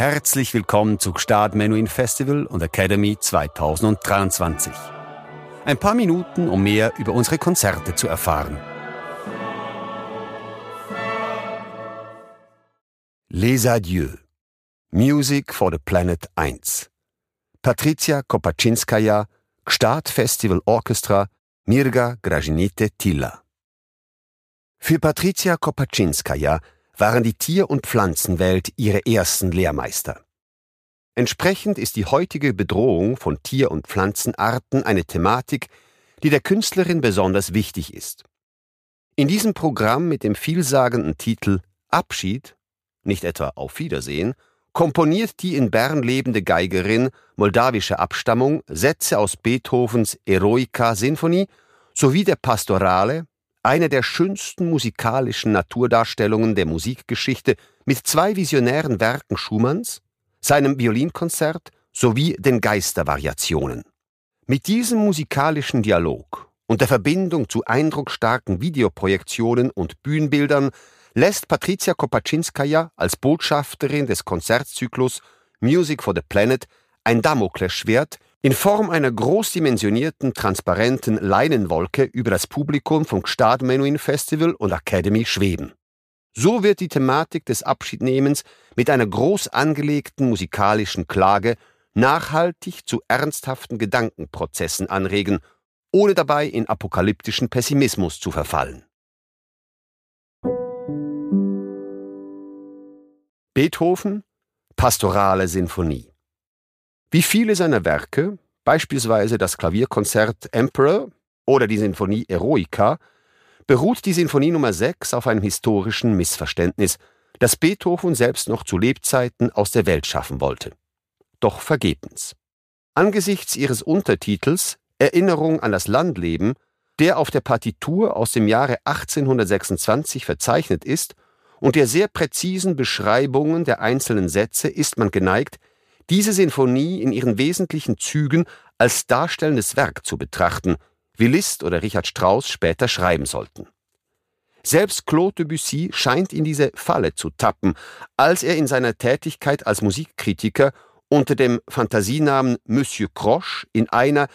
Herzlich willkommen zu Gstaad Menuhin Festival und Academy 2023. Ein paar Minuten, um mehr über unsere Konzerte zu erfahren. Les Adieux. Music for the Planet 1. Patricia Kopaczynskaja, Gstaad Festival Orchestra, Mirga Gražinytė-Tyla. Für Patricia Kopaczynskaja waren die Tier- und Pflanzenwelt ihre ersten Lehrmeister. Entsprechend ist die heutige Bedrohung von Tier- und Pflanzenarten eine Thematik, die der Künstlerin besonders wichtig ist. In diesem Programm mit dem vielsagenden Titel Abschied, nicht etwa Auf Wiedersehen, komponiert die in Bern lebende Geigerin moldawischer Abstammung Sätze aus Beethovens Eroica-Sinfonie sowie der Pastorale, eine der schönsten musikalischen Naturdarstellungen der Musikgeschichte, mit 2 visionären Werken Schumanns, seinem Violinkonzert sowie den Geistervariationen. Mit diesem musikalischen Dialog und der Verbindung zu eindrucksstarken Videoprojektionen und Bühnenbildern lässt Patricia Kopaczynskaja als Botschafterin des Konzertzyklus Music for the Planet ein Damoklesschwert in Form einer großdimensionierten, transparenten Leinenwolke über das Publikum vom Gstaad Menuhin Festival und Academy schweben. So wird die Thematik des Abschiednehmens mit einer groß angelegten musikalischen Klage nachhaltig zu ernsthaften Gedankenprozessen anregen, ohne dabei in apokalyptischen Pessimismus zu verfallen. Beethoven, Pastorale Sinfonie. Wie viele seiner Werke, beispielsweise das Klavierkonzert Emperor oder die Sinfonie Eroica, beruht die Sinfonie Nummer 6 auf einem historischen Missverständnis, das Beethoven selbst noch zu Lebzeiten aus der Welt schaffen wollte. Doch vergebens. Angesichts ihres Untertitels Erinnerung an das Landleben, der auf der Partitur aus dem Jahre 1826 verzeichnet ist, und der sehr präzisen Beschreibungen der einzelnen Sätze ist man geneigt, diese Sinfonie in ihren wesentlichen Zügen als darstellendes Werk zu betrachten, wie Liszt oder Richard Strauss später schreiben sollten. Selbst Claude Debussy scheint in diese Falle zu tappen, als er in seiner Tätigkeit als Musikkritiker unter dem Fantasienamen Monsieur Croche in einer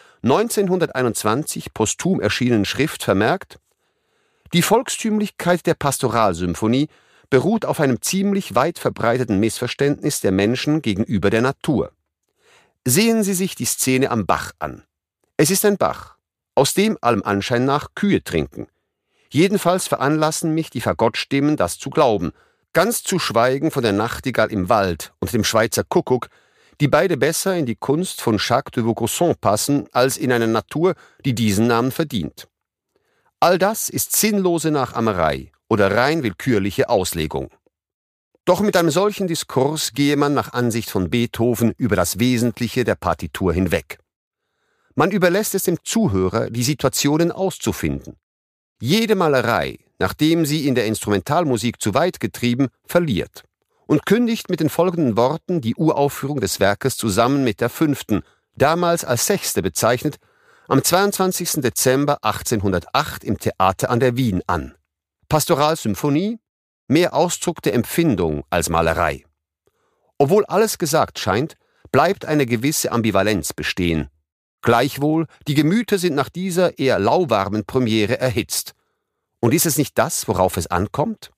1921 posthum erschienenen Schrift vermerkt: Die Volkstümlichkeit der Pastoralsymphonie beruht auf einem ziemlich weit verbreiteten Missverständnis der Menschen gegenüber der Natur. Sehen Sie sich die Szene am Bach an. Es ist ein Bach, aus dem allem Anschein nach Kühe trinken. Jedenfalls veranlassen mich die Fagottstimmen, das zu glauben, ganz zu schweigen von der Nachtigall im Wald und dem Schweizer Kuckuck, die beide besser in die Kunst von Jacques de Vaucanson passen, als in eine Natur, die diesen Namen verdient. All das ist sinnlose Nachahmerei oder rein willkürliche Auslegung. Doch mit einem solchen Diskurs gehe man nach Ansicht von Beethoven über das Wesentliche der Partitur hinweg. Man überlässt es dem Zuhörer, die Situationen auszufinden. Jede Malerei, nachdem sie in der Instrumentalmusik zu weit getrieben, verliert und kündigt mit den folgenden Worten die Uraufführung des Werkes zusammen mit der 5., damals als 6. bezeichnet, am 22. Dezember 1808 im Theater an der Wien an. Pastoralsymphonie, mehr Ausdruck der Empfindung als Malerei. Obwohl alles gesagt scheint, bleibt eine gewisse Ambivalenz bestehen. Gleichwohl, die Gemüter sind nach dieser eher lauwarmen Premiere erhitzt. Und ist es nicht das, worauf es ankommt?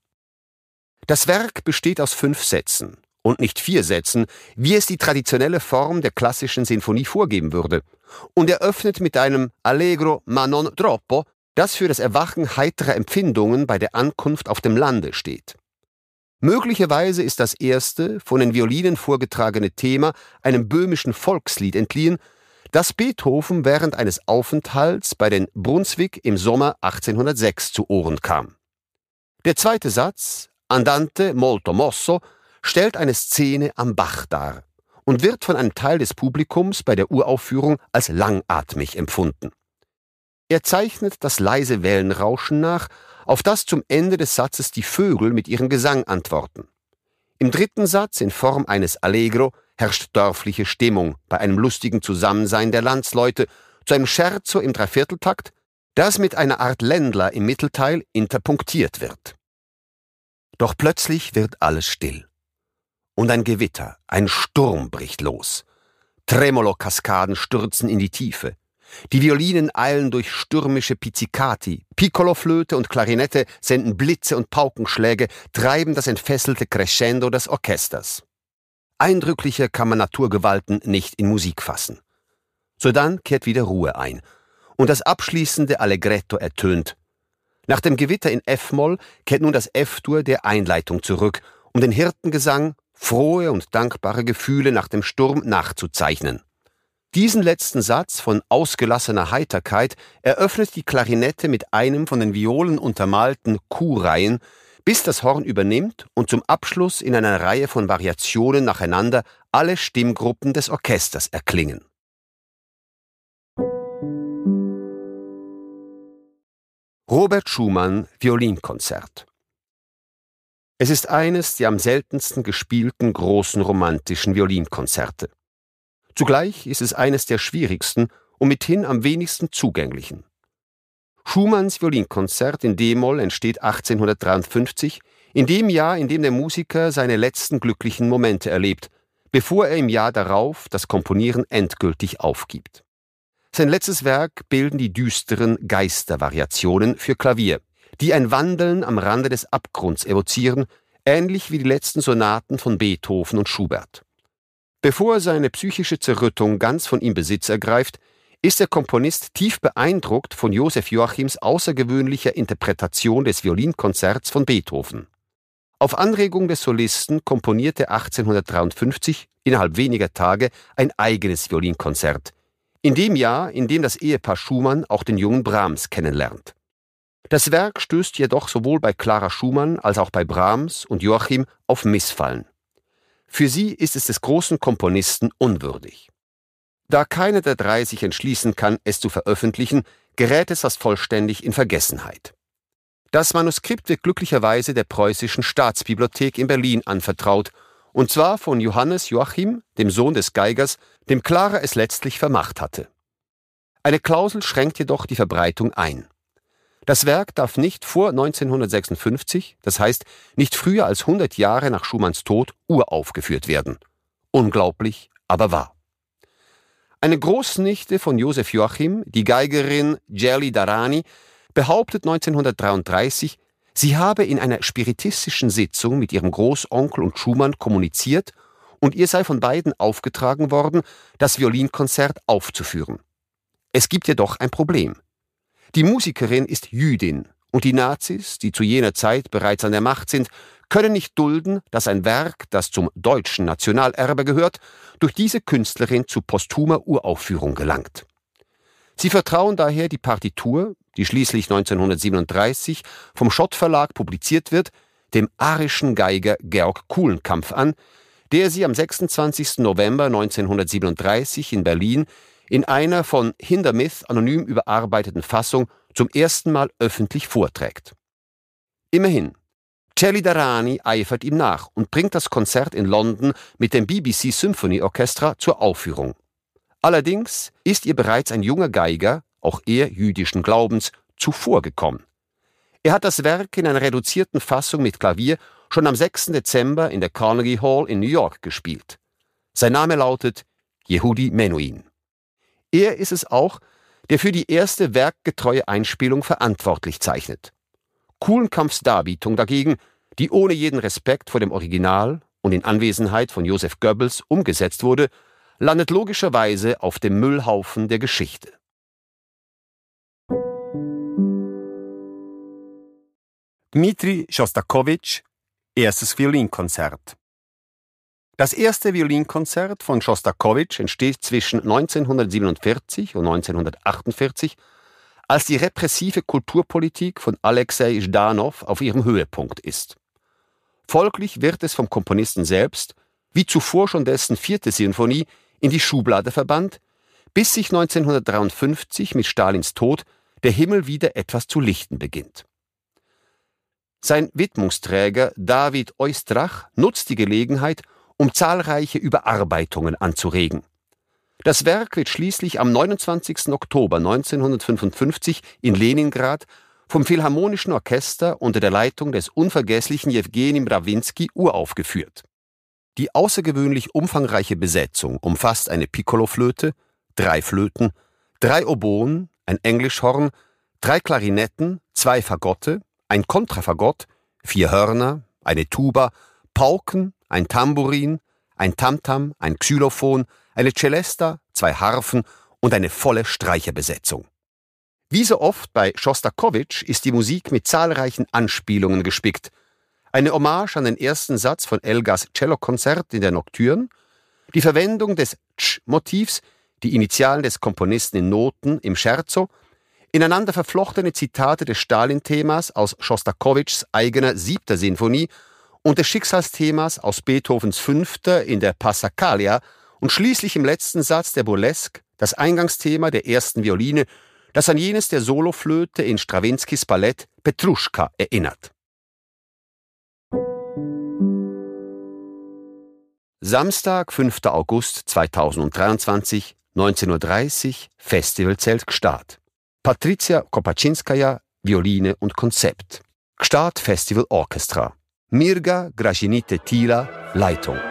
Das Werk besteht aus 5 Sätzen und nicht 4 Sätzen, wie es die traditionelle Form der klassischen Sinfonie vorgeben würde, und eröffnet mit einem Allegro ma non troppo, das für das Erwachen heiterer Empfindungen bei der Ankunft auf dem Lande steht. Möglicherweise ist das erste, von den Violinen vorgetragene Thema einem böhmischen Volkslied entliehen, das Beethoven während eines Aufenthalts bei den Brunswick im Sommer 1806 zu Ohren kam. Der zweite Satz, Andante molto mosso, stellt eine Szene am Bach dar und wird von einem Teil des Publikums bei der Uraufführung als langatmig empfunden. Er zeichnet das leise Wellenrauschen nach, auf das zum Ende des Satzes die Vögel mit ihrem Gesang antworten. Im 3. Satz in Form eines Allegro herrscht dörfliche Stimmung bei einem lustigen Zusammensein der Landsleute zu einem Scherzo im Dreivierteltakt, das mit einer Art Ländler im Mittelteil interpunktiert wird. Doch plötzlich wird alles still. Und ein Gewitter, ein Sturm bricht los. Tremolo-Kaskaden stürzen in die Tiefe. Die Violinen eilen durch stürmische Pizzicati, Piccoloflöte und Klarinette senden Blitze und Paukenschläge, treiben das entfesselte Crescendo des Orchesters. Eindrücklicher kann man Naturgewalten nicht in Musik fassen. Sodann kehrt wieder Ruhe ein und das abschließende Allegretto ertönt. Nach dem Gewitter in F-Moll kehrt nun das F-Dur der Einleitung zurück, um den Hirtengesang, frohe und dankbare Gefühle nach dem Sturm nachzuzeichnen. Diesen letzten Satz von ausgelassener Heiterkeit eröffnet die Klarinette mit einem von den Violen untermalten Q-Reihen, bis das Horn übernimmt und zum Abschluss in einer Reihe von Variationen nacheinander alle Stimmgruppen des Orchesters erklingen. Robert Schumann Violinkonzert. Es ist eines der am seltensten gespielten großen romantischen Violinkonzerte. Zugleich ist es eines der schwierigsten und mithin am wenigsten zugänglichen. Schumanns Violinkonzert in d-Moll entsteht 1853, in dem Jahr, in dem der Musiker seine letzten glücklichen Momente erlebt, bevor er im Jahr darauf das Komponieren endgültig aufgibt. Sein letztes Werk bilden die düsteren Geistervariationen für Klavier, die ein Wandeln am Rande des Abgrunds evozieren, ähnlich wie die letzten Sonaten von Beethoven und Schubert. Bevor seine psychische Zerrüttung ganz von ihm Besitz ergreift, ist der Komponist tief beeindruckt von Joseph Joachims außergewöhnlicher Interpretation des Violinkonzerts von Beethoven. Auf Anregung des Solisten komponierte 1853 innerhalb weniger Tage ein eigenes Violinkonzert, in dem Jahr, in dem das Ehepaar Schumann auch den jungen Brahms kennenlernt. Das Werk stößt jedoch sowohl bei Clara Schumann als auch bei Brahms und Joachim auf Missfallen. Für sie ist es des großen Komponisten unwürdig. Da keiner der drei sich entschließen kann, es zu veröffentlichen, gerät es fast vollständig in Vergessenheit. Das Manuskript wird glücklicherweise der Preußischen Staatsbibliothek in Berlin anvertraut, und zwar von Johannes Joachim, dem Sohn des Geigers, dem Clara es letztlich vermacht hatte. Eine Klausel schränkt jedoch die Verbreitung ein. Das Werk darf nicht vor 1956, das heißt nicht früher als 100 Jahre nach Schumanns Tod, uraufgeführt werden. Unglaublich, aber wahr. Eine Großnichte von Joseph Joachim, die Geigerin Gerli Darani, behauptet 1933, sie habe in einer spiritistischen Sitzung mit ihrem Großonkel und Schumann kommuniziert und ihr sei von beiden aufgetragen worden, das Violinkonzert aufzuführen. Es gibt jedoch ein Problem. Die Musikerin ist Jüdin und die Nazis, die zu jener Zeit bereits an der Macht sind, können nicht dulden, dass ein Werk, das zum deutschen Nationalerbe gehört, durch diese Künstlerin zu posthumer Uraufführung gelangt. Sie vertrauen daher die Partitur, die schließlich 1937 vom Schott Verlag publiziert wird, dem arischen Geiger Georg Kulenkampff an, der sie am 26. November 1937 in Berlin in einer von Hindemith anonym überarbeiteten Fassung zum ersten Mal öffentlich vorträgt. Immerhin, Gerli Darani eifert ihm nach und bringt das Konzert in London mit dem BBC Symphony Orchestra zur Aufführung. Allerdings ist ihr bereits ein junger Geiger, auch er jüdischen Glaubens, zuvorgekommen. Er hat das Werk in einer reduzierten Fassung mit Klavier schon am 6. Dezember in der Carnegie Hall in New York gespielt. Sein Name lautet Yehudi Menuhin. Er ist es auch, der für die erste werkgetreue Einspielung verantwortlich zeichnet. Kulenkampffs Darbietung dagegen, die ohne jeden Respekt vor dem Original und in Anwesenheit von Joseph Goebbels umgesetzt wurde, landet logischerweise auf dem Müllhaufen der Geschichte. Dmitri Schostakowitsch, erstes Violinkonzert. Das erste Violinkonzert von Schostakowitsch entsteht zwischen 1947 und 1948, als die repressive Kulturpolitik von Alexei Ždanov auf ihrem Höhepunkt ist. Folglich wird es vom Komponisten selbst, wie zuvor schon dessen 4. Sinfonie, in die Schublade verbannt, bis sich 1953 mit Stalins Tod der Himmel wieder etwas zu lichten beginnt. Sein Widmungsträger David Oistrach nutzt die Gelegenheit, um zahlreiche Überarbeitungen anzuregen. Das Werk wird schließlich am 29. Oktober 1955 in Leningrad vom Philharmonischen Orchester unter der Leitung des unvergesslichen Jewgeni Mrawinsky uraufgeführt. Die außergewöhnlich umfangreiche Besetzung umfasst eine Piccoloflöte, 3 Flöten, 3 Oboen, ein Englischhorn, 3 Klarinetten, 2 Fagotte, ein Kontrafagott, 4 Hörner, eine Tuba, Pauken, ein Tambourin, ein Tamtam, ein Xylophon, eine Celesta, 2 Harfen und eine volle Streicherbesetzung. Wie so oft bei Schostakowitsch ist die Musik mit zahlreichen Anspielungen gespickt. Eine Hommage an den ersten Satz von Elgars Cellokonzert in der Nocturne, die Verwendung des Tsch-Motivs, die Initialen des Komponisten in Noten im Scherzo, ineinander verflochtene Zitate des Stalin-Themas aus Schostakowitschs eigener 7. Sinfonie und des Schicksalsthemas aus Beethovens 5. in der Passacaglia und schließlich im letzten Satz der Burlesque das Eingangsthema der ersten Violine, das an jenes der Soloflöte in Strawinskys Ballett Petruschka erinnert. Samstag, 5. August 2023, 19:30 Uhr, Festivalzelt Gstaad. Patricia Kopaczynskaja, Violine und Konzept. Gstaad Festival Orchestra. Mirga Gražinite-Tila, Leitung.